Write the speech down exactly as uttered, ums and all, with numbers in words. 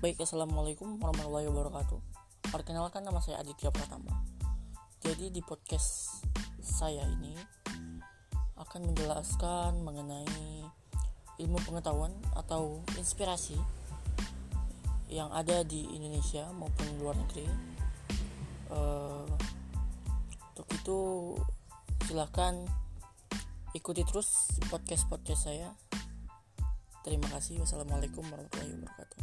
Baik, assalamualaikum warahmatullahi wabarakatuh. Perkenalkan, nama saya Aditya Pratama. Jadi di podcast saya ini akan menjelaskan mengenai ilmu pengetahuan atau inspirasi yang ada di Indonesia maupun luar negeri. Uh, untuk itu silahkan ikuti terus podcast-podcast saya. Terima kasih. Wassalamualaikum warahmatullahi wabarakatuh.